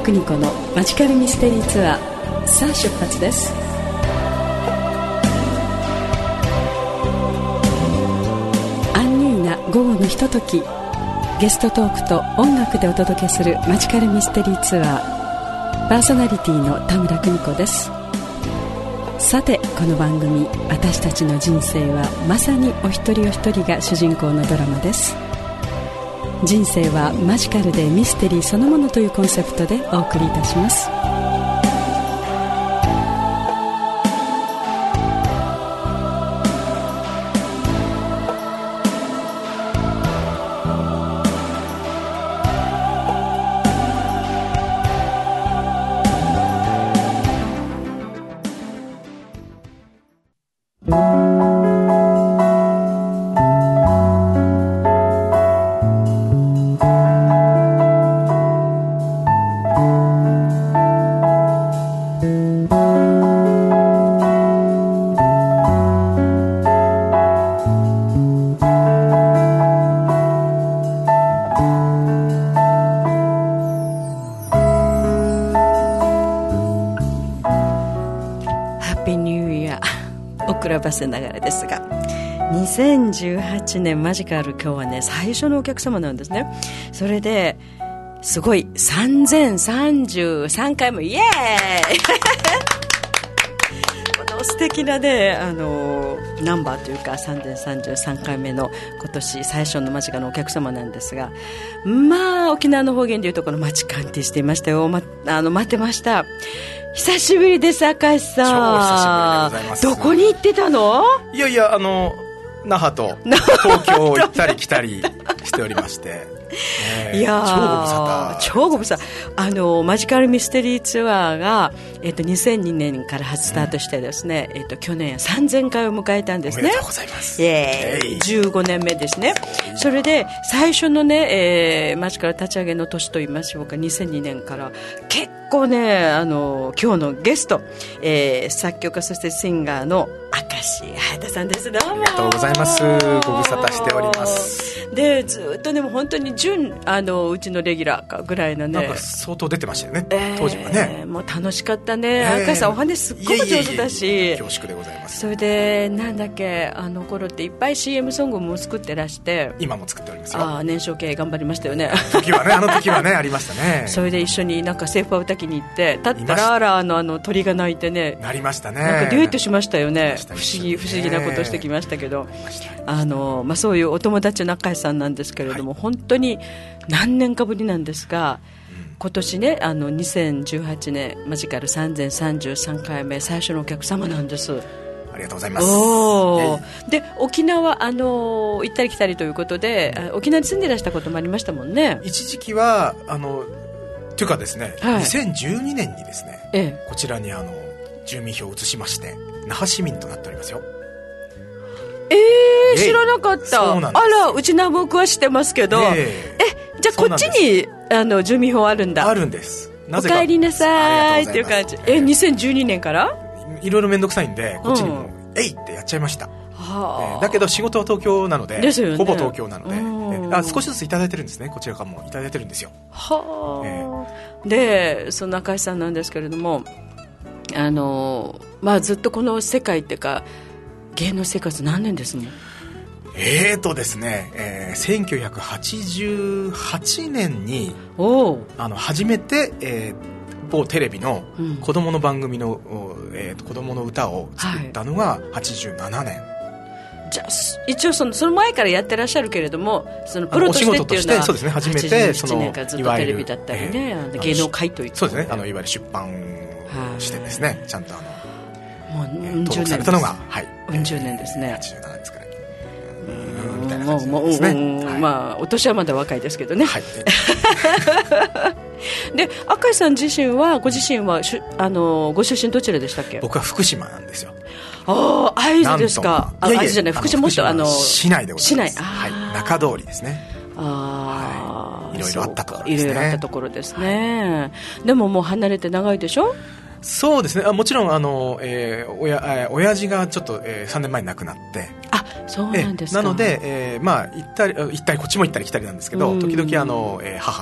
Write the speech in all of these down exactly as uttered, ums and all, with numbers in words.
邦子のマジカルミステリーツアー、さあ出発です。アンニュイな午後のひととき、ゲストトークと音楽でお届けするマジカルミステリーツアー、パーソナリティの田村邦子です。さてこの番組、私たちの人生はまさにお一人お一人が主人公のドラマです。人生はマジカルでミステリーそのものというコンセプトでお送りいたします。バスながらですが、にせんじゅうはちねんマジカル、今日はね最初のお客様なんですね。それですごいさんぜんさんじゅうさんかいもイエーイこの素敵なね、あのナンバーというかさんぜんさんじゅうさんかいめの今年最初のマジカルのお客様なんですが、まあ沖縄の方言でいうとこのマチカンってしていましたよ。ま、あの待ってました。久しぶりです、明石さん。 超久しぶりでございます。 どこに行ってたの？ いやいや、あの那覇と東京を行ったり来たりしておりましてえー、 いや超ご無沙汰、 超ご無沙汰。あのマジカルミステリーツアーが、えっと、にせんにねんから初スタートしてですね、うん、えっと、去年さんぜんかいを迎えたんですね。 おめでとうございます。 イエーイ、じゅうごねんめですね。それで最初のね、えー、マジカル立ち上げの年といいましょうか、にせんにねんから結構ね、あの今日のゲスト、えー、作曲家そしてシンガーの明石隼さんです。どうもありがとうございます。ご無沙汰しております。 でずっとね、もう本当に準あのうちのレギュラーかぐらいのね、 なんか相当出てましたよね、 えー、 当時はね。 もう楽しかったね、えー、明石さんお話すっごく上手だし、 恐縮でございます。 それでなんだっけ、あの頃っていっぱい シーエム ソングも作ってらして、 今も作っておりますよ。 あ、年少系頑張りましたよね。 時はね、あの時はねありましたね。 それで一緒になんかセーファー歌きに行って、立ったらあらあのあの鳥が鳴いてね、 なりましたね。 なんかデュエットしましたよね。不思議ね、 不思議なことしてきましたけど、あの、まあ、そういうお友達の明石さんなんですけれども、はい、本当に何年かぶりなんですが、うん、今年ね、あのにせんじゅうはちねんマジカルさんぜんさんじゅうさんかいめ最初のお客様なんです。 ありがとうございます。 おで、沖縄あの行ったり来たりということで、沖縄に住んでいらしたこともありましたもんね。 一時期はあのというかですね、はい、にせんじゅうにねんにですね、ええ、こちらにあの住民票を移しまして那覇市民となっておりますよ。 えー、知らなかった。あら、うちな僕は知ってますけど、えー、えじゃあこっちにあの住民票あるんだ。 あるんです。なぜかお帰りなさいっていう感じ。え、にせんじゅうにねんからいろいろ面倒くさいんでこっちにも、うん、えいってやっちゃいました。はあ、えー、だけど仕事は東京なの で, ですよ、ね、ほぼ東京なので、えー、あ少しずついただいてるんですね。こちらからもいただいてるんですよ。はあ、えー、でその明石さんなんですけれども、あの、まあ、ずっとこの世界っていうか芸能生活何年ですもん？ えーとですね、えー、せんきゅうひゃくはちじゅうはちねんにあの初めて、えー、某テレビの子供の番組の、うん、えー、子供の歌を作ったのがはちじゅうななねん、はい、 じゃあ一応その、その前からやってらっしゃるけれども、そのプロとしてっていうのはそうですね、初めてそのはちじゅうななねんからずっとテレビだったりね、えー、芸能界というそうですね、あのいわゆる出版してですね、ちゃんとあのもう、 えー、登録されたのが、はい、 うん十年ですね。 はちじゅうななですからね、うんみたいな感じですね。 もう、はい、まあお年はまだ若いですけどね。はい。で、明石さん自身はご自身はしあのご出身どちらでしたっけ？ 僕は福島なんですよ。 ああ、会津ですか。あ、会津じゃない、福島もっとあの市内でございます。 市内、 はい、中通りですね。 ああ、 はい、いろいろあったところですね。 いろいろあったところですね。はい、でももう離れて長いでしょ？ そうですね、あもちろんあの、えー、親, えー、親父がちょっと、えー、さんねんまえに亡くなって、 あ、そうなんですか。 なので、えーまあ、行ったり行ったりこっちも行ったり来たりなんですけど、時々あの、えー、母の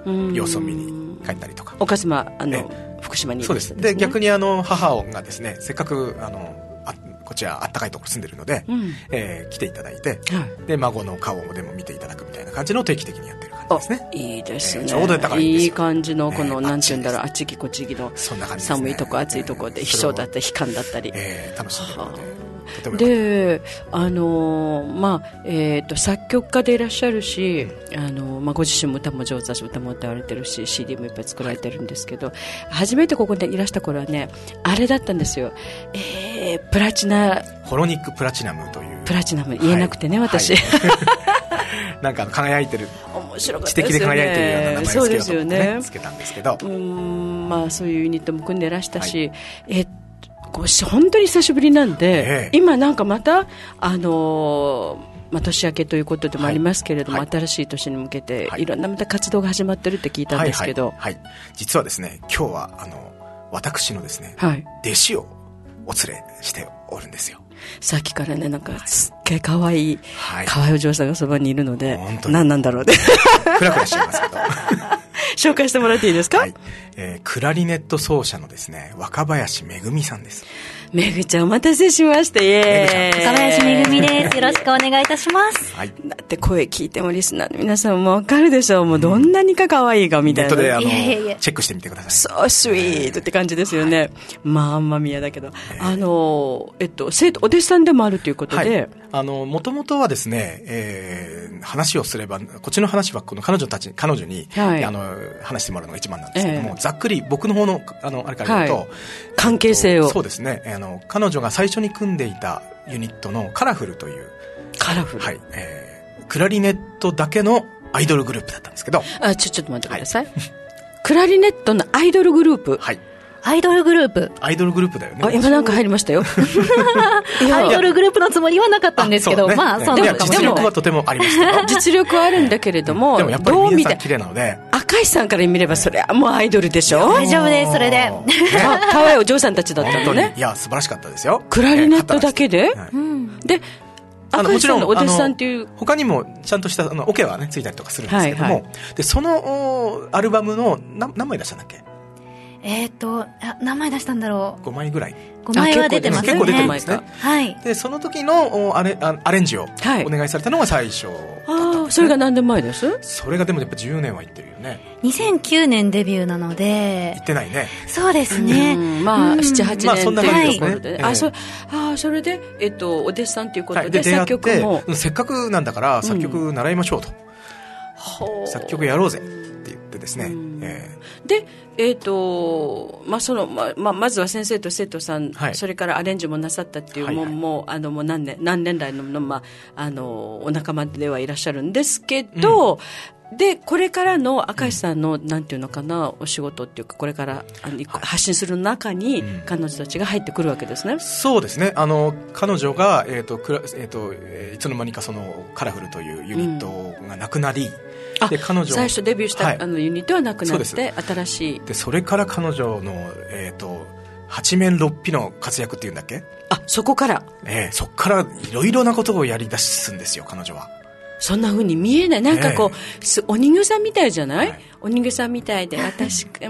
様子を見に帰ったりとか。 お母様あの福島にいらっしゃるんですね。 そうです。で逆にあの母がですね、せっかくあのあこちらあったかいところ住んでるので、うんえー、来ていただいて、はい、で孫の顔でも見ていただくみたいな感じの定期的にやってる感じですね。 いいですね、 えー、ちょうど高いんですよ。 いい感じのこの、えー、なんていうんだろう、あっちぎこっちぎの寒いとこ暑いとこで、えー、秘書だったり悲観だったり、 えー、楽しんでるので。 であのまあえー、と作曲家でいらっしゃるし、うんあのまあ、ご自身も歌も上手だし歌も歌われてるし シーディー もいっぱい作られてるんですけど、初めてここでいらした頃はねあれだったんですよ、えー、プラチナホロニックプラチナムというプラチナム言えなくてね、はい、私、 はい、なんか輝いてる面白かったですよね、 知的で輝いてるような名前をつけようと思って、ね、 そうですよね、 つけたんですけど、 うーん、まあ、そういうユニットも組んでらしたし、はい、えっ本当に久しぶりなんで、ええ、今なんかまた、あのーまあ、年明けということでもありますけれども、はい、新しい年に向けて、はい、いろんなまた活動が始まってるって聞いたんですけど、 はいはいはい、実はですね今日はあの私のですね、はい、弟子をお連れしておるんですよ。 さっきからねなんかすっげえかわいい、はい、かわいいお嬢さんがそばにいるので何なんだろうねクラクラしちゃいますけど紹介してもらっていいですか。 はい、えー、クラリネット奏者のですね若林めぐみさんです。 めぐちゃんお待たせしました。イエーイ、 若林めぐみです。よろしくお願いいたします、 はい、 だって声聞いてもリスナーの皆さんも分かるでしょう、もうどんなにか可愛いかみたいな、 ネットであのいやいやいやチェックしてみてください。 そうスイートって感じですよね、はい、まああんまみやだけど、えー、あのえっと生徒お弟子さんでもあるということで、はい、 あのもともとはですね、えー、話をすればこっちの話はこの彼女たち彼女に、はい、あの話してもらうのが一番なんですけども、えー、ざっくり僕の方のあのあれから言うと、はい、 関係性を、 そうですね、あの彼女が最初に組んでいたユニットのカラフルというカラフル、 はいえー、クラリネットだけのアイドルグループだったんですけど、 あちょちょっと待ってください、はい、クラリネットのアイドルグループ、 はい、 アイドルグループアイドルグループだよね。 あ今なんか入りましたよアイドルグループのつもりはなかったんですけど、あ、ね、まあそうなのかもしれない。 実力はとてもありますけど実力はあるんだけれども、 でもやっぱり皆さん綺麗なので、 赤石さんから見ればそれはもうアイドルでしょ。 大丈夫です。それでかわいいお嬢さんたちだったのね。 いや素晴らしかったですよ。 クラリネットだけで、 はい、 で赤石さんのお弟子さんっていう他にもちゃんとしたあのオケはねついたりとかするんですけども、はいはい、でそのアルバムのな何枚出したんだっけ。 えーと何枚出したんだろう。 ごまいぐらい。 ごまいは出てますね。 結構出てますね。 はい。 でその時のアレアレンジをお願いされたのが最初だったんですね。 あそれが何年前です。 それがでもやっぱじゅうねんはいってるよね。 にせんきゅうねんデビューなのでいってないね。 そうですね。 まあななはちねんっていうところで、 まあ、 あそあそれでえっとお弟子さんということで、はい、で作曲もせっかくなんだから作曲習いましょうと、うん、作曲やろうぜって言ってですね、うんえー、でえーとまあそのままあ、まずは先生と生徒さん、はい、それからアレンジもなさったっていう、はいはい、もうもうあのもう何年何年来の、まあ、あのお仲間ではいらっしゃるんですけど、うん、でこれからの赤石さんの、うん、なんていうのかなお仕事っていうかこれからあの発信する中に、うん、彼女たちが入ってくるわけですね。 そうですね。あの彼女が、えーとくらえーとえー、いつの間にかそのカラフルというユニットがなくなり、うんで彼女最初デビューした、はい、あのユニットはなくなって新しいでそれから彼女の、えー、と八面六臂の活躍っていうんだっけ。 あそこから、 えー、そこからいろいろなことをやり出すんですよ彼女は。 そんな風に見えないなんかこう、えー、お人形さんみたいじゃない、はい、お人形さんみたいで私、うん、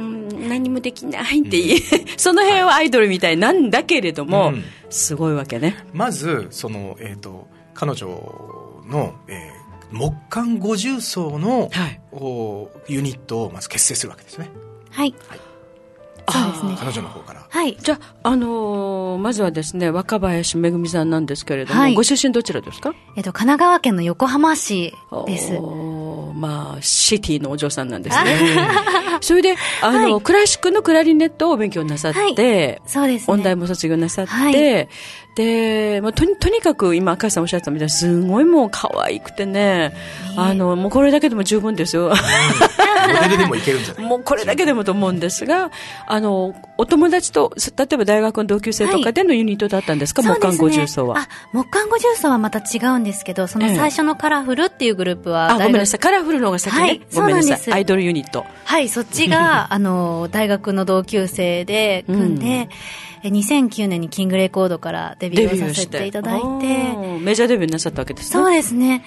何もできないって言い、うん、その辺はアイドルみたいなんだけれども、はい、すごいわけね。 まずその、えー、と彼女の、えー木管五重奏の、はい、ユニットをまず結成するわけですね。 はい、はい、そうですね。 彼女の方から、 はい、じゃあ、あのー、まずはですね若林めぐみさんなんですけれども、はい、ご出身どちらですか。 えっと、神奈川県の横浜市です。 まあシティのお嬢さんなんですねそれであの、はい、クラシックのクラリネットをお勉強なさって、はい、 そうですね、 音大も卒業なさって、はい、で、まあ、とに、とにかく今赤石さんおっしゃったみたいにすごいもう可愛くてね、あのもうこれだけでも十分ですよ、うん、モデルでもいけるんじゃないもうこれだけでもと思うんですが、あのお友達と例えば大学の同級生とかでのユニットだったんですか、はい、木管五重奏は。 あ木管五重奏はまた違うんですけど、その最初のカラフルっていうグループは、 ええ、あごめんなさいカラフルの方が先ね、はい、ごめんなさいアイドルユニット、 はいそっちがあの大学の同級生で組んで、うん、にせんきゅうねんにキングレコードからデビューをさせていただいてメジャーデビューなさったわけですね。 そうですね。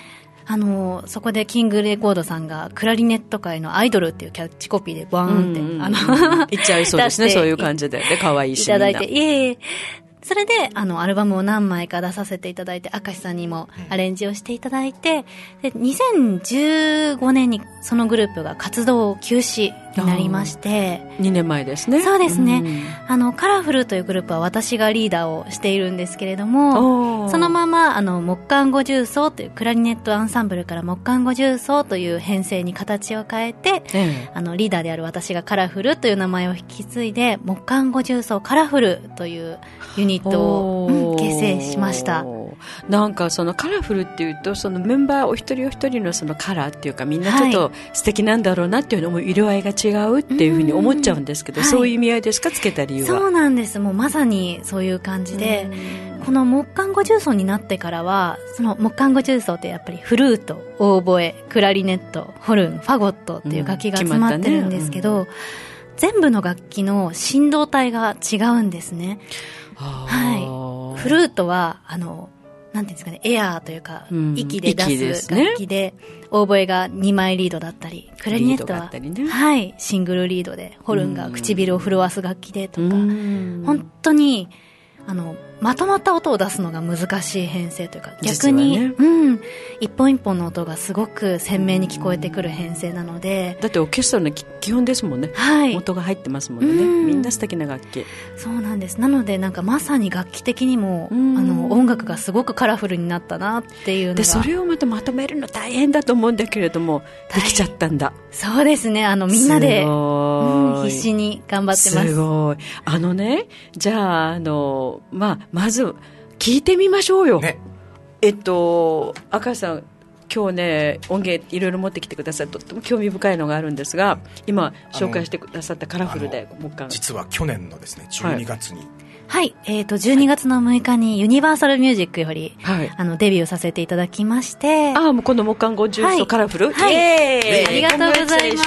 あのそこでキングレコードさんがクラリネット界のアイドルっていうキャッチコピーでバーンって、うんうん、あの言っちゃいそうですねそういう感じでで可愛いしいただいていえいえそれであのアルバムを何枚か出させていただいて明石さんにもアレンジをしていただいてでにせんじゅうごねんにそのグループが活動休止になりましてにねんまえですねそうですね、うん、あのカラフルというグループは私がリーダーをしているんですけれどもそのままあの木管五重奏というクラリネットアンサンブルから木管五重奏という編成に形を変えて、ええ、あのリーダーである私がカラフルという名前を引き継いで木管五重奏カラフルというユニットを、うん、結成しました。 なんかそのカラフルっていうとそのメンバーお一人お一人のそのカラーっていうかみんなちょっと素敵なんだろうなっていうのも色合いが違うっていうふうに思っちゃうんですけど、はい、そういう意味合いですかつけた理由は。 そうなんです。もうまさにそういう感じでこの木管五重奏になってからはその木管五重奏ってやっぱりフルート、オーボエ、クラリネット、ホルン、ファゴットっていう楽器が詰まってるんですけど、うんねうん、全部の楽器の振動帯が違うんですね。はい、フルートはあのなんていうんですかね、エアーというか、うん、息で出す楽器で、オーボエがにまいリードだったり、クラリネットは、ね、はい、シングルリードで、ホルンが唇を震わす楽器でとか、本当にあのまとまった音を出すのが難しい編成というか逆に、ね、うん、一本一本の音がすごく鮮明に聞こえてくる編成なのでだってオーケストラの基本ですもんね、はい、音が入ってますもんね、んみんな素敵な楽器そうなんです。なのでなんかまさに楽器的にもあの音楽がすごくカラフルになったなっていうのがでそれをまたまとめるの大変だと思うんだけれどもできちゃったんだ。 そうですね、あのみんなで、うん、必死に頑張ってます。 すごい。あのねじゃあ、あの、まあ、まず聞いてみましょうよ、ね、えっと赤さん今日ね音源いろいろ持ってきてくださってとっても興味深いのがあるんですが今紹介してくださったカラフルで木管実は去年のですねじゅうにがつに、はいはい、えーと、じゅうにがつのむいかにユニバーサルミュージックより、はい、あのデビューさせていただきましてああもうこの木管ご重奏カラフル、 はい、イエーイ、ありがとうございます。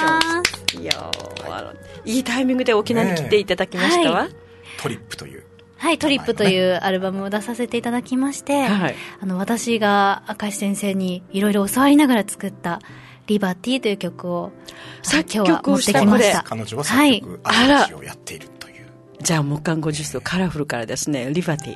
いやいいタイミングで沖縄に来ていただきましたわ、 ね、トリップというはい、トリップというアルバムを出させていただきまして、はい、あの私が明石先生にいろいろ教わりながら作ったリバティという曲を作曲をしてきました。 彼女は作曲、はい、アレンジをやっているという。 じゃあ木管ご重奏カラフルからですね、リバティ。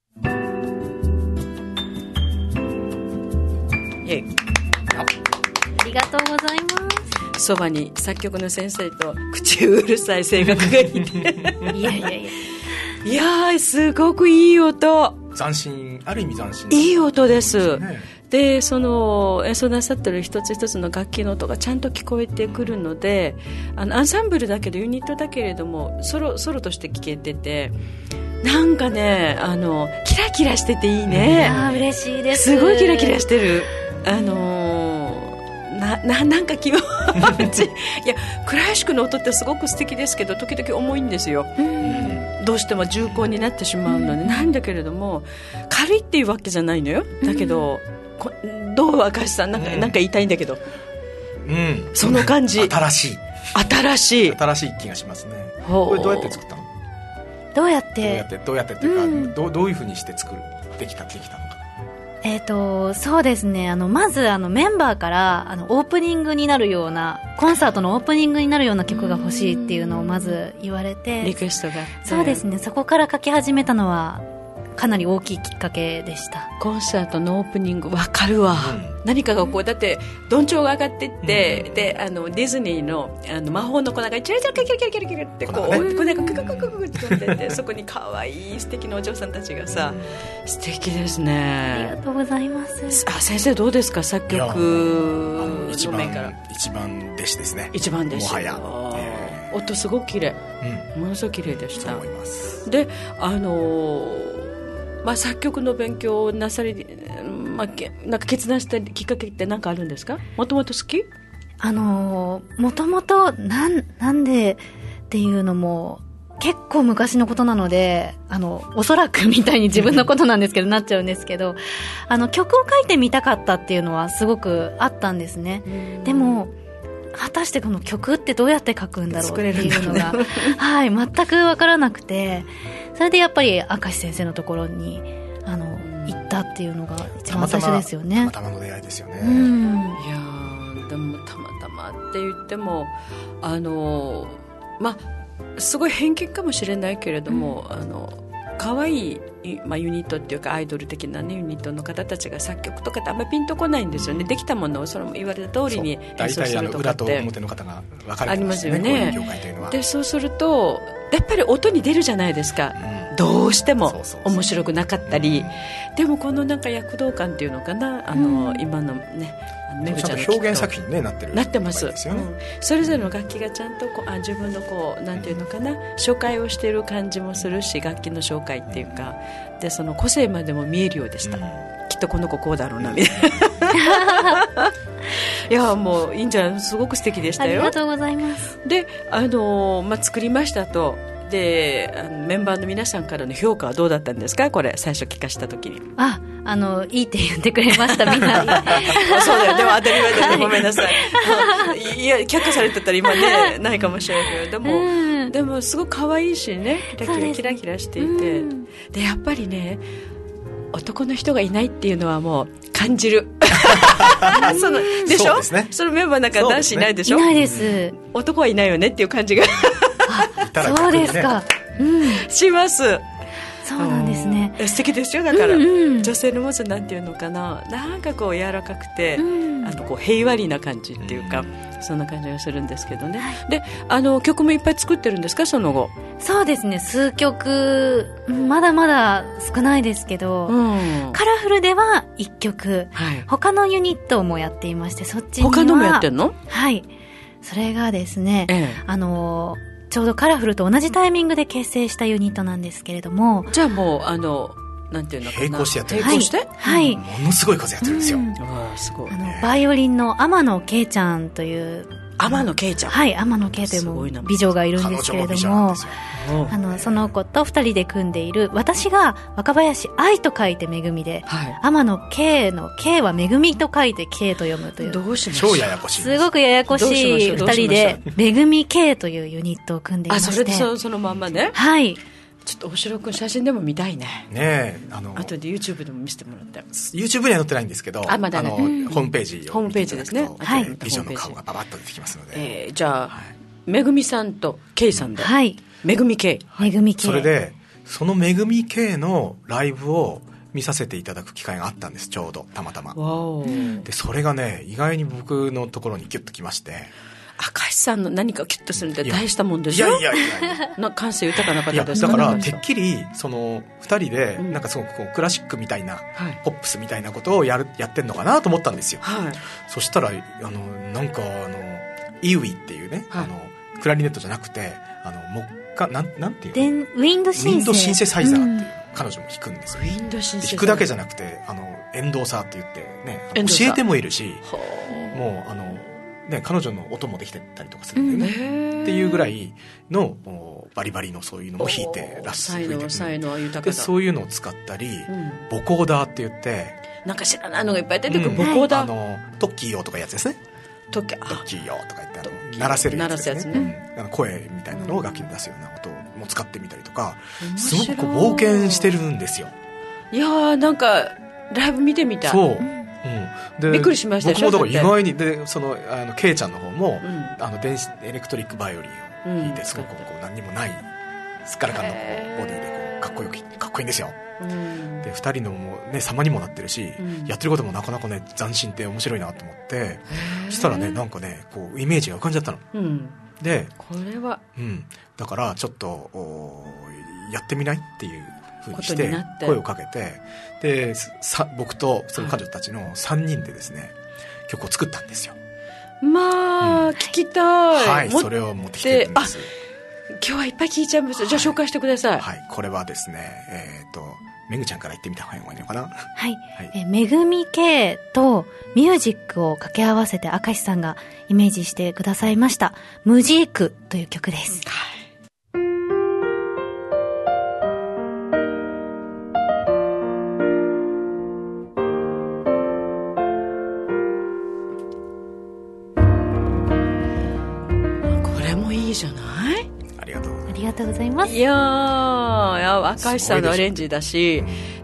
イェイ。 ありがとうございます。 そばに作曲の先生と口うるさい声楽がいていやいやいやいやーすごくいい音、 斬新、ある意味斬新いい音です、ね、でその演奏なさってる一つ一つの楽器の音がちゃんと聞こえてくるのであのアンサンブルだけどユニットだけれどもソロ、ソロとして聴けててなんかねあのキラキラしてていいね、 うん、あ嬉しいです。 すごいキラキラしてるあのな, な, なんか気持ちいやクラシックの音ってすごく素敵ですけど時々重いんですよ、うん、どうしても重厚になってしまうので、うん、なんだけれども軽いっていうわけじゃないのよ。だけど、うん、どう明石さんなんか、うん、なんか言いたいんだけど、 うん、 その感じ新しい新しい新しい気がしますね。これどうやって作ったの？ どうやってどうやってどうやってっていうか、うん、ど, どういうふうにして作るできたできたのか。 えーと、そうですね、あのまずあのメンバーからあのオープニングになるようなコンサートのオープニングになるような曲が欲しいっていうのをまず言われてリクエストがそうですね、そこから書き始めたのはかなり大きいきっかけでした。 コンサートのオープニングわかるわ、うん、何かがこうだってどんちょうが上がってって、うん、であのディズニー の, あの魔法の粉がチラチラキラキラキラキラキラってこう、ね、粉がクククククって飛んでてそこに可愛い素敵なお嬢さんたちがさ、うん、素敵ですね。 ありがとうございます。 あ先生どうですか作曲の面から一番弟子ですね。 一番弟子もはや、 えー、音すごく綺麗、うん、ものすごく綺麗でした。 そう思います。 であのーまあ、作曲の勉強をなさり、まあ、なんか決断したきっかけって何かあるんですか？もともと好き？ あのー、もともとなんなんでっていうのも結構昔のことなのであのおそらくみたいに自分のことなんですけどなっちゃうんですけどあの曲を書いてみたかったっていうのはすごくあったんですね。でも果たしてこの曲ってどうやって書くんだろうっていうのが、はい、全く分からなくてそれでやっぱり明石先生のところにあの行ったっていうのが一番最初ですよね。 たまたまの出会いですよね。 うん、いやでもたまたまって言ってもあのまあすごい偏見かもしれないけれども、うん、あの可愛い、まあ、ユニットっていうかアイドル的な、ね、ユニットの方たちが作曲とかってあんまりピンとこないんですよね。できたものをその言われた通りに演奏するとかって大体裏と表の方が分かれてありますよね。 こういう業界というのは。でそうするとやっぱり音に出るじゃないですか、うん、どうしても面白くなかったり、うん、でもこのなんか躍動感っていうのかな、あの、うん、今のねめぐちゃんの表現作品に、ね、なってるなってます、うん、それぞれの楽器がちゃんとこうあ自分のこうなんていうのかな、紹介をしている感じもするし、楽器の紹介っていうかでその個性までも見えるようでした、うん、きっとこの子こうだろうなみたいな、いやもういいんじゃない、すごく素敵でしたよ。 ありがとうございます。 で、あのーまあ、作りましたと。であのメンバーの皆さんからの評価はどうだったんですか？これ最初聞かした時に。 あ、あのいいって言ってくれましたみんな。 そうだよ、でも当たり前だよ、はい、ごめんなさい。いや却下されてたら今ねないかもしれないけど、でも、うん、でもすごく可愛いしね、キラキラキラキラしていて、うん、でやっぱりね男の人がいないっていうのはもう感じる。そのでしょ？そうですね。そのメンバーなんか男子いないでしょ？ いないです。 男はいないよねっていう感じが。 そうですか、うん、 します。 そうなんですね。 素敵ですよ。だから、うんうん、女性の持つなんていうのかな、なんかこう柔らかくて、うん、あのこう平和な感じっていうか、うん、そんな感じがするんですけどね、はい、であの曲もいっぱい作ってるんですか、その後？ そうですね、数曲まだまだ少ないですけど、うん、カラフルではいっきょく、はい、他のユニットもやっていまして、そっちには他のもやってんの？ はい、それがですね、ええ、あのちょうどカラフルと同じタイミングで結成したユニットなんですけれども、 じゃあもうあのなんていうのかな、 並行してやってる、 並行して、 はい、 ものすごい数やってるんですよ、うん、 あすごい、 あのバイオリンの天野圭ちゃんという天野圭ちゃん、 はい、天野圭という美女がいるんですけれども、あのその子と二人で組んでいる、私が若林愛と書いてめぐみで、はい、天野圭の圭はめぐみと書いて圭と読むという、 どうしました？ 超ややこしい、 すごくややこしい二人でめぐみ圭というユニットを組んでいまして、 あ、それで そ, そのまんまね、 はい、 ちょっと大城君写真でも見たいね。 ねえ、あの後で YouTube でも見せてもらって。 YouTube には載ってないんですけど、 あ、まだね、 あの、うん、ホームページをホームページですね、 はい、美女の顔がババッと出てきますので、 えー、じゃあ、はい、めぐみさんとけいさんで、 はい、 めぐみけい、 めぐみけい、 それでそのめぐみけいのライブを見させていただく機会があったんです、ちょうどたまたま。 わでそれがね意外に僕のところにギュッときまして、 明石さんの何かキュッとするって大したもんでしょ。 いやいやいやな感性豊かな方ですか。だからてっきりそのふたりでなんかすごくこうクラシックみたいな、はい、ポップスみたいなことをやるやってんのかなと思ったんですよ、はい、そしたらあのなんかあのイウィっていうね、はい、あのクラリネットじゃなくてあの木管なんなんていうの、 ウィンドシンセウィンドシンセサイザーっていう、うん、彼女も弾くんですよ。 ウィンドシンセサイザー弾くだけじゃなくてあのエンドーサーって言ってね教えてもいるし、もうあのね、彼女の音もできてたりとかするんでね、うん、っていうぐらいのバリバリのそういうのも弾いてらっしゃる、 才能豊かだ。 そういうのを使ったり、うん、ボコーダーって言ってなんか知らないのがいっぱい出てくる、うん、ボコーダー、 あのトッキーよとかいうやつですね。 トッキー、 トッキーよとか言ってあの鳴らせるやつですね、ね、うん、あの声みたいなのを楽器で出すような音も使ってみたりとか、すごくこう冒険してるんですよ。 いやーなんかライブ見てみたい。 そう、うん、でびっくりしましたでしょ。 僕もだから意外にでそのあのケイちゃんの方も、うん、あの電子エレクトリックバイオリンを弾いて、うん、すごくこう何にもないすっからかんのこうボディでこうかっこよくかっこいいんですよ、うん、でふたりのもね様にもなってるし、うん、やってることもなかなかね斬新で面白いなと思って、そしたらねなんかねこうイメージが浮かんじゃったの、うん、でこれは、うん、だからちょっとやってみないっていうふうにして声をかけて、でさ僕とその彼女たちのさんにんでですね曲を作ったんですよ。 まあ、うん、聞きたい。 はい、それを持ってきてるんです。 今日はいっぱい聞いちゃいます。じゃあ紹介してください。 はい、これはですね、えっとめぐちゃんから言ってみた方がいいのかな。 はい、はい、えめぐみ系とミュージックを掛け合わせて明石さんがイメージしてくださいましたムジークという曲です。はい、 いいじゃない。 ありがとうありがとうございます。 いやー、明石さんのアレンジだし、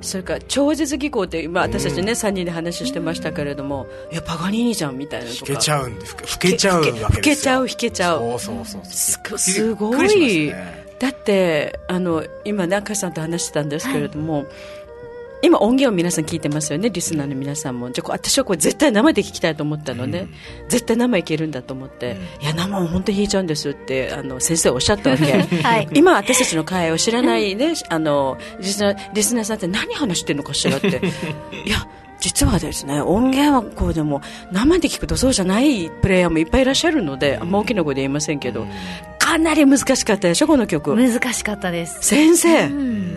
それから超絶技巧って今私たちね、うん、さんにんで話してましたけれども、いやパガニーニじゃんみたいなとか弾けちゃうんで、吹けちゃうわけですよ。 吹けちゃう弾けちゃう、 そうそうそうそう、 す, すごい、ね、だってあの今ね明石さんと話してたんですけれども、はい、今音源を皆さん聞いてますよね、リスナーの皆さんも。じゃあ私はこれ絶対生で聞きたいと思ったのね、うん、絶対生いけるんだと思って、うん、いや生を本当に弾いちゃうんですってあの先生おっしゃったわけ、はい、今私たちの会を知らない、ね、あのリスナー、リスナーさんって何話してるのかしらっていや実はですね、音源はこうでも生で聞くとそうじゃないプレイヤーもいっぱいいらっしゃるので、あんま大きな声で言いませんけど、うん、かなり難しかったでしょこの曲。 難しかったです先生、うん、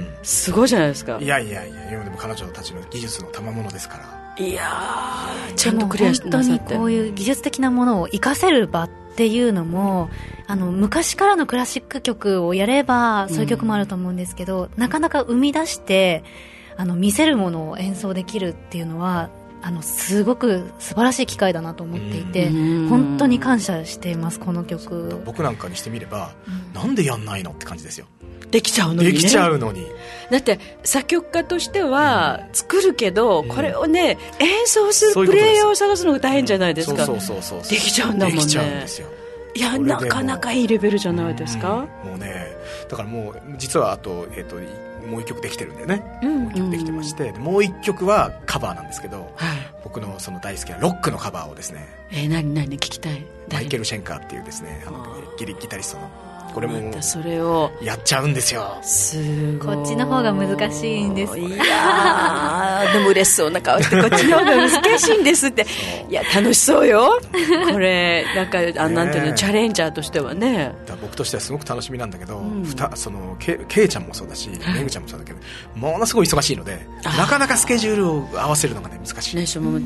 すごいじゃないですか。 いやいやいや、でも彼女たちの技術の賜物ですから。 いやーちゃんとクリアしてなさって、 本当にこういう技術的なものを活かせる場っていうのも、あの昔からのクラシック曲をやればそういう曲もあると思うんですけど、うん、なかなか生み出してあの見せるものを演奏できるっていうのはあのすごく素晴らしい機会だなと思っていて、本当に感謝していますこの曲。 僕なんかにしてみれば、うん、なんでやんないのって感じですよ。 できちゃうのにね。 できちゃうのに。 だって作曲家としては作るけど、うん、これをね演奏するプレイヤーを探すのが大変じゃないですか。 そうそうそうそう。 できちゃうんだもんね。 できちゃうんですよ。 いやなかなかいいレベルじゃないですか。 うん、もうね、だからもう実はあとえっともう一曲できてるんだよね、うん、もう一曲できてまして、もう一曲はカバーなんですけど、はい、僕のその大好きなロックのカバーをですね、 えー、何何聞きたい。 マイケル・シェンカーっていうですね、あのギリギタリストのこれもまたそれをやっちゃうんですよ。 すごい。 こっちの方が難しいんです。 いやでも嬉しそうな顔してこっちの方が難しいんですっていや楽しそうよこれなんかあ、ね、なんていうのチャレンジャーとしてはね、 だ僕としてはすごく楽しみなんだけど、うん、ふたそのケイちゃんもそうだし、メグちゃんもそうだけど、ものすごい忙しいのでなかなかスケジュールを合わせるのが、ね、難しい、ね、 しも、うん、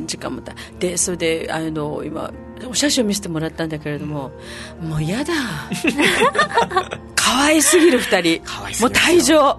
時間もたで、それであの今お写真を見せてもらったんだけれども、うん、もう嫌だ可愛すぎるふたり、もう退場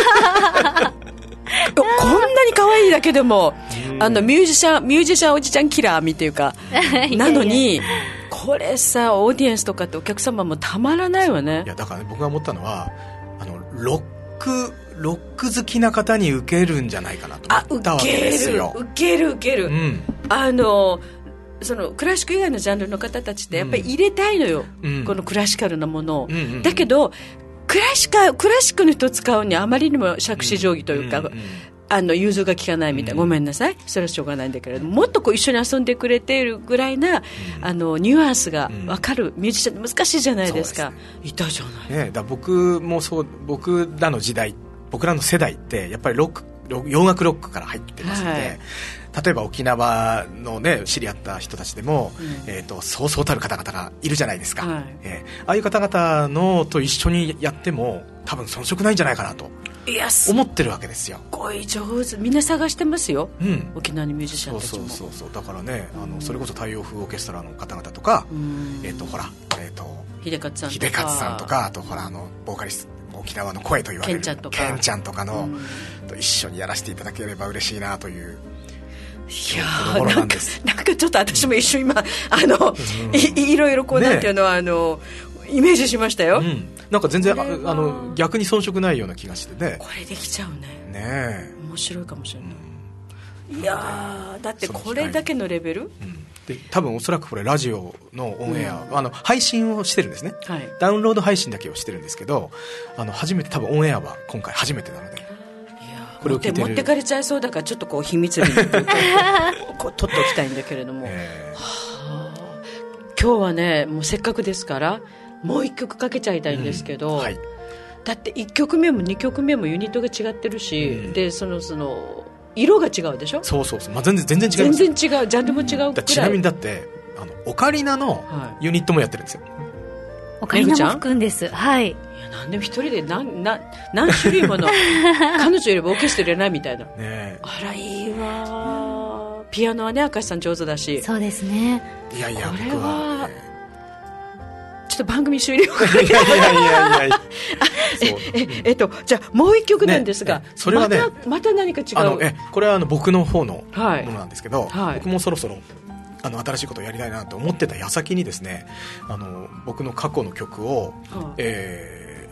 こんなに可愛いだけでもあのミュージシャンミュージシャンおじちゃんキラーみたいかなのにこれさオーディエンスとかってお客様もたまらないわね。 いやだから、ね、僕が思ったのはあのロックロック好きな方に受けるんじゃないかなと思ったわけですよ。 受ける受ける受ける、うん、あのそのクラシック以外のジャンルの方たちってやっぱり入れたいのよ、うん、このクラシカルなものを、うんうんうん、だけどクラシカクラシックの人を使うにはあまりにも杓子定規というか、うんうんうん、あの融通が利かないみたいな、ごめんなさいそれはしょうがないんだけれども、もっとこう一緒に遊んでくれているぐらいな、うん、あのニュアンスが分かるミュージシャンって難しいじゃないですか。 ですね、 いたじゃない、 ね、だ僕もそう、僕らの時代僕らの世代ってやっぱりロック洋楽ロックから入ってますので、はい、例えば沖縄の、ね、知り合った人たちでも、うんえー、とそうそうたる方々がいるじゃないですか、はいえー、ああいう方々のと一緒にやっても多分遜色ないんじゃないかなと思ってるわけですよ。 すごい上手、みんな探してますよ、うん、沖縄のミュージシャンたちも。 そうそうそうそう、だからね、あのそれこそ太陽風オーケストラの方々とか、えー、とほら、えー、と秀勝さんとか秀勝さんとか、あとほらあのボーカリスト沖縄の声と言われるケンちゃんとかケンちゃんとかの、うん、と一緒にやらせていただければ嬉しいなという。 いやーなんか、なんかちょっと私も一瞬今、うん、あの、うん、い, いろいろこう、ね、なんていうのはあのイメージしましたよ、うん、 なんか全然ああの逆に遜色ないような気がしてね。 これできちゃうね。 ねえ面白いかもしれない、うん、いやだってこれだけのレベル、うんで多分おそらくこれラジオのオンエア、うん、あの配信をしてるんですね、はい、ダウンロード配信だけをしてるんですけど、あの初めて多分オンエアは今回初めてなので、いやこれを聞いてる持ってかれちゃいそうだからちょっとこう秘密裏にこう取っておきたいんだけれども、えー、はあ、今日はねもうせっかくですからもう一曲かけちゃいたいんですけど、うんはい、だっていっきょくめもにきょくめもユニットが違ってるし、うん、でそのその色が違うでしょ。 そうそうそう、まあ、全然全然違います。 全然違う、ジャンルも違うくらい、うん、 ちなみにだってあのオカリナのユニットもやってるんですよ、はい、 オカリナも吹くんです。はい。いやなんでも一人で何何何種類もの彼女よりもオーケストラ入れないみたいな、ね、あらいいわ。ピアノはね明石さん上手だし。 そうですね。 いやいやこれは、ね、ちょっと番組終了。いやいやいやいやえええっとじゃあもう一曲なんですが、 ね、それはねまた、また何か違う。 あのえこれはあの僕の方のものなんですけど、 はいはい、 僕もそろそろあの新しいことをやりたいなと思ってた矢先にですね、あの僕の過去の曲を、はい、えー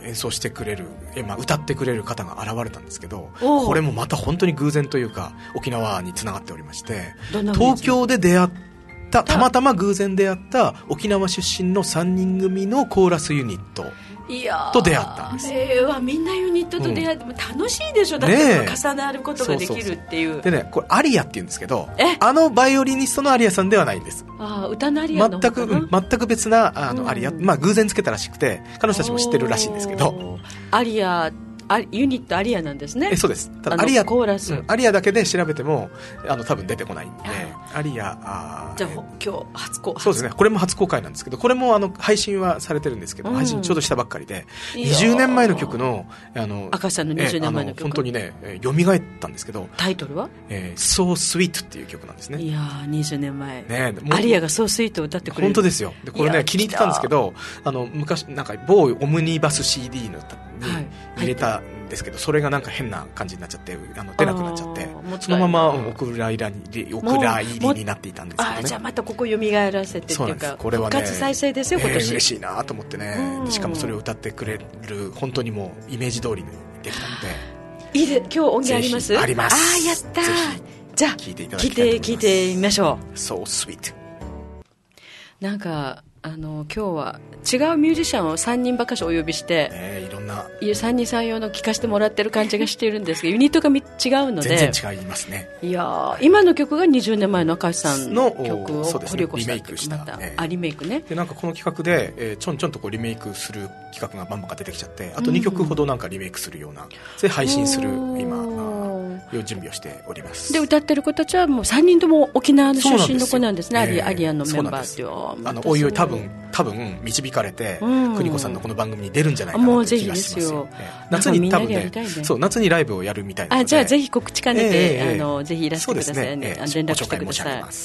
演奏してくれる、え、まあ、歌ってくれる方が現れたんですけど、これもまた本当に偶然というか沖縄につながっておりまして、東京で出会ったたまたま偶然出会った沖縄出身のさんにん組のコーラスユニットと出会ったんです。 えー、みんなユニットと出会って、うん、楽しいでしょ。だって重なることができるっていう。 そうそうそうでね、これアリアって言うんですけど、あのバイオリニストのアリアさんではないんです。 あ、歌のアリアの全く、うん、全く別なあの、うん、アリア、まあ、偶然つけたらしくて彼女たちも知ってるらしいんですけど、 アリアあユニットアリアなんですね。 えそうです。ただアリアコーラス、 うん、アリアだけで調べてもあの多分出てこないんで、アリアあじゃあ今日初公開。 そうですね、これも初公開なんですけど、これもあの配信はされてるんですけど、うん、配信ちょうどしたばっかりでにじゅうねんまえの曲のあの赤さんのにじゅうねんまえの曲、 本当にね蘇ったんですけど、 タイトルは、 えー、So Sweet っていう曲なんですね。 いやーにじゅうねんまえ、 ね、 アリアが So Sweet を歌ってくれる。 本当ですよ。でこれね気に入ってたんですけど、あの昔なんか某オムニバス シーディー のに入れたんですけど、はい、それがなんか変な感じになっちゃってあの出なくなっちゃって、そのままお蔵入りお蔵入りになっていたんですけどね。 あじゃあまたここ蘇らせてっていうか、これはね、復活再生ですよ今年、 えー、嬉しいなと思ってね。でしかもそれを歌ってくれる本当にもうイメージ通りにできたので、 いいで今日音源あります？ あります。 あやったー。じゃあ聞いていただきたいと思います。 聞いて聞いてみましょう。 So Sweet。 なんかあの今日は違うミュージシャンをさんにんばかしお呼びして、 えー、いろんなさんにんさんよんの聴かせてもらってる感じがしているんですがユニットが違うので全然違いますね。 いや今の曲がにじゅうねんまえの明石さんの曲をそうです、ね、 掘り起こしたリメイクした、 また、えー、あリメイクね。 でなんかこの企画で、えー、ちょんちょんとこうリメイクする企画がバンバン出てきちゃって、あとにきょくほどなんかリメイクするような、それ配信する今準備をしております。 で歌ってる子たちはもうさんにんとも沖縄の出身の子なんですね。アリ、えー、アリアンのメンバーっていうあのおいおい多分多分導かれて、うん、邦子さんのこの番組に出るんじゃないかなって気がしますよ。夏に多分 ね, ねそう夏にライブをやるみたいなので、 あじゃあぜひ告知兼ねて、えー、あのぜひいらしてください、 ねえー、連絡してください。 はい、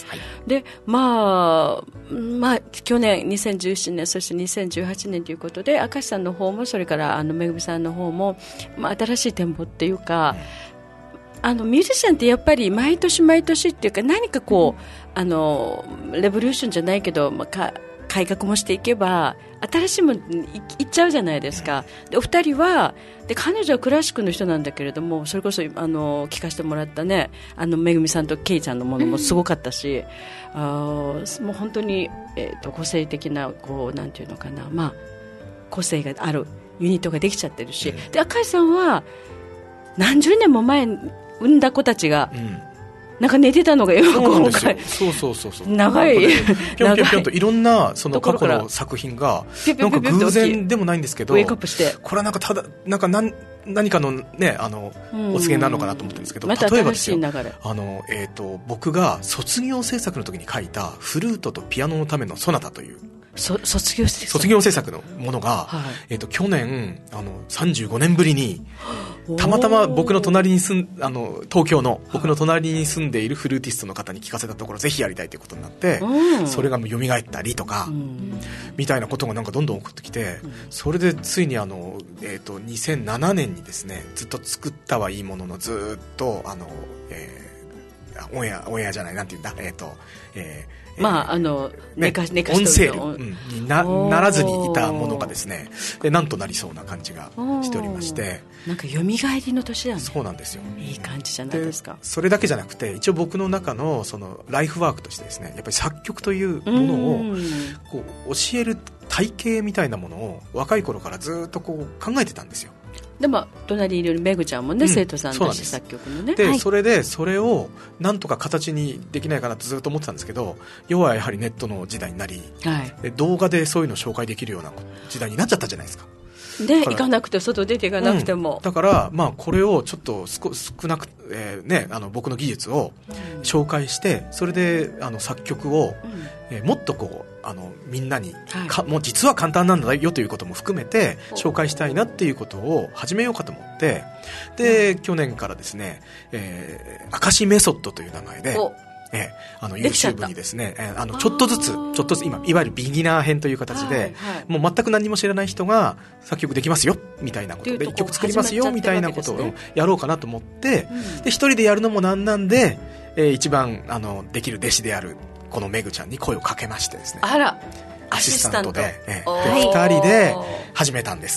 でまあまあ去年にせんじゅうななねんそしてにせんじゅうはちねんということで明石さんの方もそれからあのめぐみさんの方も、まあ、新しい展望っていうか、うん、あのミュージシャンってやっぱり毎年毎年っていうか何かこう、うん、あのレボリューションじゃないけど、まあ、か改革もしていけば新しいものにいっちゃうじゃないですか。でお二人はで彼女はクラシックの人なんだけれども、それこそあの聞かせてもらったねあのめぐみさんとケイちゃんのものもすごかったし、うん、あもう本当に、えー、と個性的なこうなんていうのかな、まあ、個性があるユニットができちゃってるし、うん、で赤井さんは何十年も前産んだ子たちが、うんなんか寝てたのがよく今回そうそうそうそう長いぴょんぴょんぴょんといろんなその過去の作品がなんか偶然でもないんですけど、 ウェイクアップしてこれはなんかただなんか何何かのねあのお告げなのかなと思ってるんですけど、例えばですよあのえっと僕が卒業制作の時に書いたフルートとピアノのためのソナタというそ卒業制作卒業制作のものが、はいえー、と去年あのさんじゅうごねんぶりにたまたま僕の隣に住んあの東京の僕の隣に住んでいるフルーティストの方に聞かせたところぜひやりたいということになって、うん、それが蘇ったりとか、うん、みたいなことがなんかどんどん送ってきて、うん、それでついにあの、えー、とにせんななねんにですねずっと作ったはいいもののずっとあの、えー、オンエアオンエアじゃないなんていうんだえっ、ー、とえーまああの寝か寝かオンセール、うん、に な, ならずにいたものがですねでなんとなりそうな感じがしておりまして、 なんか蘇りの年だね。 そうなんですよ。 いい感じじゃないですか。 それだけじゃなくて一応僕の中のそのライフワークとしてですねやっぱり作曲というものをこう教える体系みたいなものを若い頃からずっとこう考えてたんですよ。 でも隣にいるめぐちゃんもね、うん、生徒さんだし作曲のねで、 はい、 それでそれをなんとか形にできないかなとずっと思ってたんですけど、要はやはりネットの時代になり、はい、で動画でそういうのを紹介できるような時代になっちゃったじゃないですか。 で行かなくて外出ていかなくても、 うん、だから、まあ、これをちょっと少なく、えーね、あの僕の技術を紹介して、うん、それであの作曲を、うんえー、もっとこうあのみんなに、はい、かもう実は簡単なんだよということも含めて紹介したいなっていうことを始めようかと思ってで、うん、去年からですね、えー、明石メソッドという名前でええ、あの YouTube にですね、えー、あのちょっとずつちょっとずつ今いわゆるビギナー編という形で、はいはい、もう全く何も知らない人が作曲できますよみたいなことで一曲作りますよみたいなことをやろうかなと思って、うん、で一人でやるのもなんなんで、えー、一番あのできる弟子であるこのめぐちゃんに声をかけましてですね、 あらアシスタントで、えー、でふたりで始めたんです。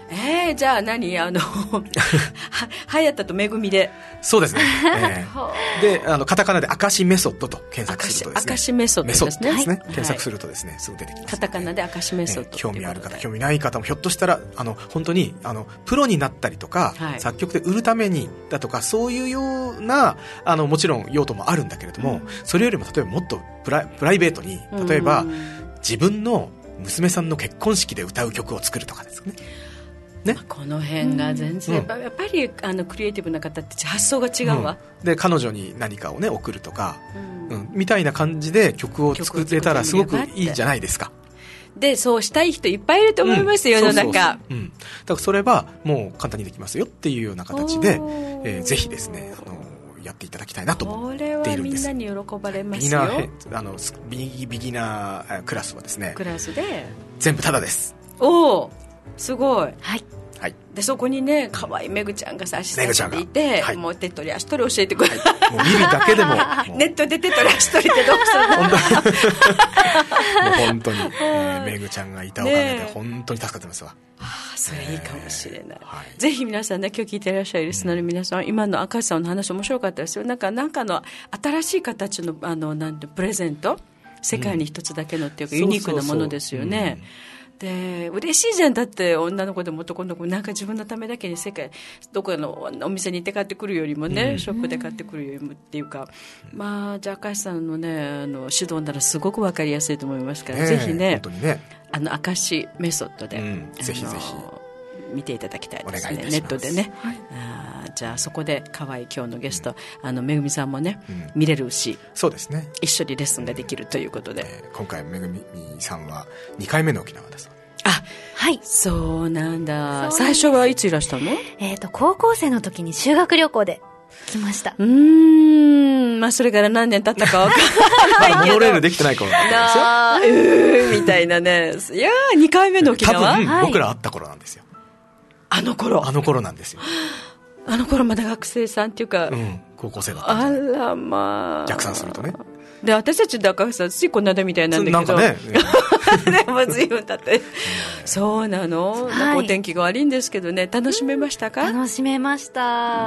えー、じゃあ何あのはやったとめぐみでそうですね、えー、であのカタカナで明石メソッドと検索するとですね、 明石メソッドですね、 メソッドですね、 はい、 検索するとですねすぐ出てきます、 カタカナで明石メソッド、 えー、興味ある方興味ない方もひょっとしたらあの本当にあのプロになったりとか、はい、作曲で売るためにだとかそういうようなあのもちろん用途もあるんだけれども、うん、それよりも例えばもっとプライ、プライベートに例えば、うん、自分の娘さんの結婚式で歌う曲を作るとかですねね、 まあ、この辺が全然、うん、やっぱりあのクリエイティブな方って発想が違うわ、 うん、で彼女に何かをね送るとか、うんうん、みたいな感じで曲を作れたらすごくいいじゃないですか。 でそうしたい人いっぱいいると思いますよ、うん、世の中。そうそうそう、うん、 だからそれはもう簡単にできますよっていうような形で、えー、ぜひですねあのやっていただきたいなと思っているんです。これはみんなに喜ばれますよ。 ビギナーあのビギビギナークラスはですねクラスで全部タダです。 おおすごい。 はいはい、 でそこにね可愛いめぐちゃんがさアシスタントでいて、はい、もう手っ取り足取り教えてくれる、 はい、もう見るだけでもネットで手取り足取りってどうするのもう本当に、えー、めぐちゃんがいたおかげで本当に助かってますわ。 ああそれいいかもしれない、えーはい、ぜひ皆さんね今日聞いていらっしゃるリスナーの皆さん、うん、今の明石さんの話面白かったですよ。なんかなんかの新しい形のあのなんてプレゼント世界に一つだけのっていうか、うん、ユニークなものですよね。そうそうそう、うんで嬉しいじゃん。だって女の子でも男の子もなんか自分のためだけに世界どこのお店に行って買ってくるよりもね、うん、ショップで買ってくるよりもっていうか、うん、まあじゃあ明石さんのねあの指導ならすごく分かりやすいと思いますから、ね、ぜひね、 本当にねあの明石メソッドで、うん、 ぜひぜひ見ていただきたいですね。 お願いいたします。 ネットでね、はい、あじゃあそこで可愛い今日のゲスト、うん、あのめぐみさんもね、うん、見れるし、 そうですね、 一緒にレッスンができるということで、 えー、今回めぐみさんはにかいめの沖縄です。 あ、はい。そうなんだ。最初はいついらしたの？ えっと、高校生の時に修学旅行で来ました。 うーん。まあ、それから何年経ったかわかんないけど。 モノレールできてない頃なんですよ。うーみたいなね。いやー、にかいめの沖縄。 多分、はい、僕ら会った頃なんですよ。 あの頃。 あの頃なんですよ。 あの頃まだ学生さんっていうか。 うん。高校生だったんで。あら、まあ。 逆算するとね。 で私たちだからさついこんなだみたいなんだけどなんかねでも随分経ってそうなの、はい、なんかお天気が悪いんですけどね楽しめましたか？ 楽しめました。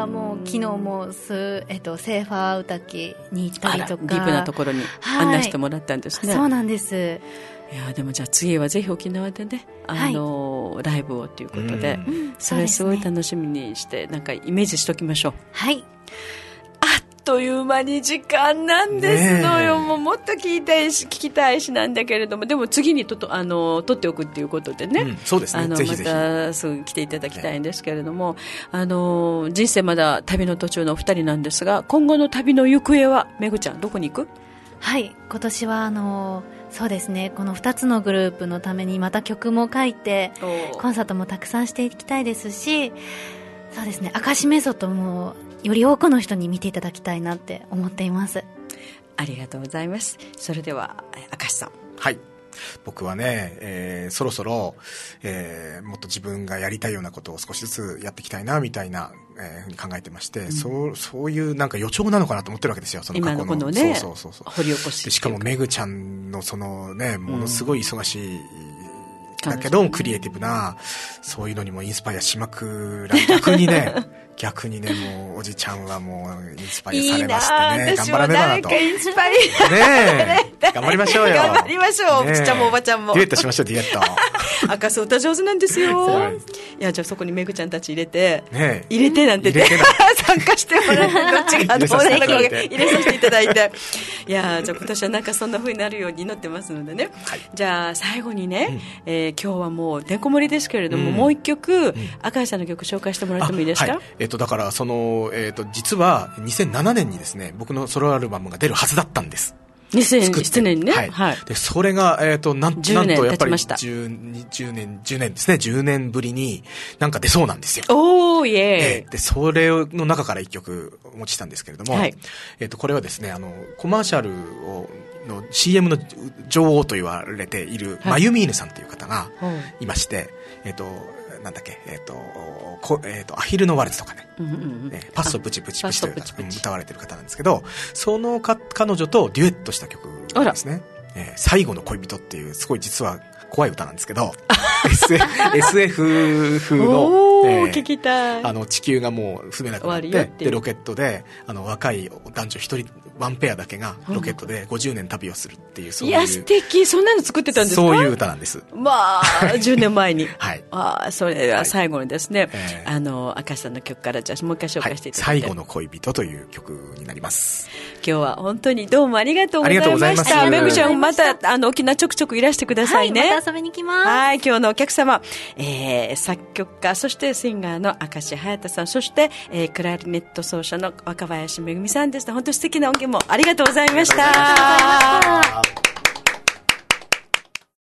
もう昨日もす、えっと、セーファー歌きに行ったりとかディープなところに案内してもらったんですね、 はい、そうなんです。 いやでもじゃあ次はぜひ沖縄でねあの、はい、ライブをということで、うん、それすごい楽しみにしてなんかイメージしておきましょう。 はいあっという間に時間なんですのよ、もうもっと聞いたいし聞きたいしなんだけれどもでも次にととあの撮っておくっていうことでね、うん、 そうですね、 あのぜひぜひまたすぐ来ていただきたいんですけれども、ね、あの人生まだ旅の途中のお二人なんですが今後の旅の行方はめぐちゃんどこに行く？ はい今年はあのそうですねこのふたつのグループのためにまた曲も書いてコンサートもたくさんしていきたいですしそうですね明石メソッドもより多くの人に見ていただきたいなって思っています。 ありがとうございます。それでは明石さん。 はい僕はね、えー、そろそろ、えー、もっと自分がやりたいようなことを少しずつやっていきたいなみたいな、えー、ふうに考えてまして、うん、そうそういうなんか予兆なのかなと思ってるわけですよ。その過去の今のこのねそうそうそうそう掘り起こしでしかもめぐちゃんのそのねものすごい忙しい、うんだけどクリエイティブなそういうのにもインスパイアしまくら逆にね逆にねもうおじちゃんはもうインスパイアされましてねいい頑張らねばなと誰かインスパイアねえ頑張りましょうよ頑張りましょう、ね、おじちゃんもおばちゃんもデュエットしましょうデュエット赤楚歌上手なんですよいやじゃあそこにめぐちゃんたち入れて、ね、入れてなんてて参加してもらってどっちがどうなのか入れさせていただいていやじゃあ今年はなんかそんな風になるように祈ってますのでね、はい、じゃあ最後にね、うんえー、今日はもうてんこ盛りですけれども、うん、もう一曲、うん、赤石さんの曲紹介してもらってもいいですか？ はいえー、とだからその、えー、と実はにせんななねんにですね僕のソロアルバムが出るはずだったんです。 にせんななねんね、 はいはい、でそれが、えー、となんじゅうねんなんとやっぱり経ちましたじゅうねんじゅうねんですねじゅうねんぶりになんか出そうなんですよ。 おーイエーイ、 えー、でそれの中からいっきょくお持ちしたんですけれども、はいえー、とこれはですねあのコマーシャルをの シーエム の女王と言われている、はい、マユミーヌさんという方がいまして、えっ、ー、となんだっけえっ、ー、とこえっ、ー、とアヒルのワルツとかね、うんうんうんえー、パッソプチプチプチという方、うん、歌われてる方なんですけどそのか彼女とデュエットした曲なんですね。えー、最後の恋人っていうすごい実は怖い歌なんですけどエスエフ 風の、 えー、聞きたい。 あの地球がもう住めなくなってでロケットであの若い男女一人ワンペアだけがロケットでごじゅうねん旅をするっていう、そういう、いや素敵、そんなの作ってたんですか。 そういう歌なんです。 まあじゅうねんまえにはい、 あそれは最後にですね、はい、えー、あの明石さんの曲からじゃあもう一回紹介していただいて、 はい、最後の恋人という曲になります。 今日は本当にどうもありがとうございました。ありがとうございます。めぐちゃんまたあの沖縄ちょくちょくいらしてくださいね。 はい、また遊びに来ます。 はい、今日のお客様、えー、作曲家そしてシンガーの明石隼さん、そして、えー、クラリネット奏者の若林めぐみさんでした。本当に素敵な音源もありがとうございました。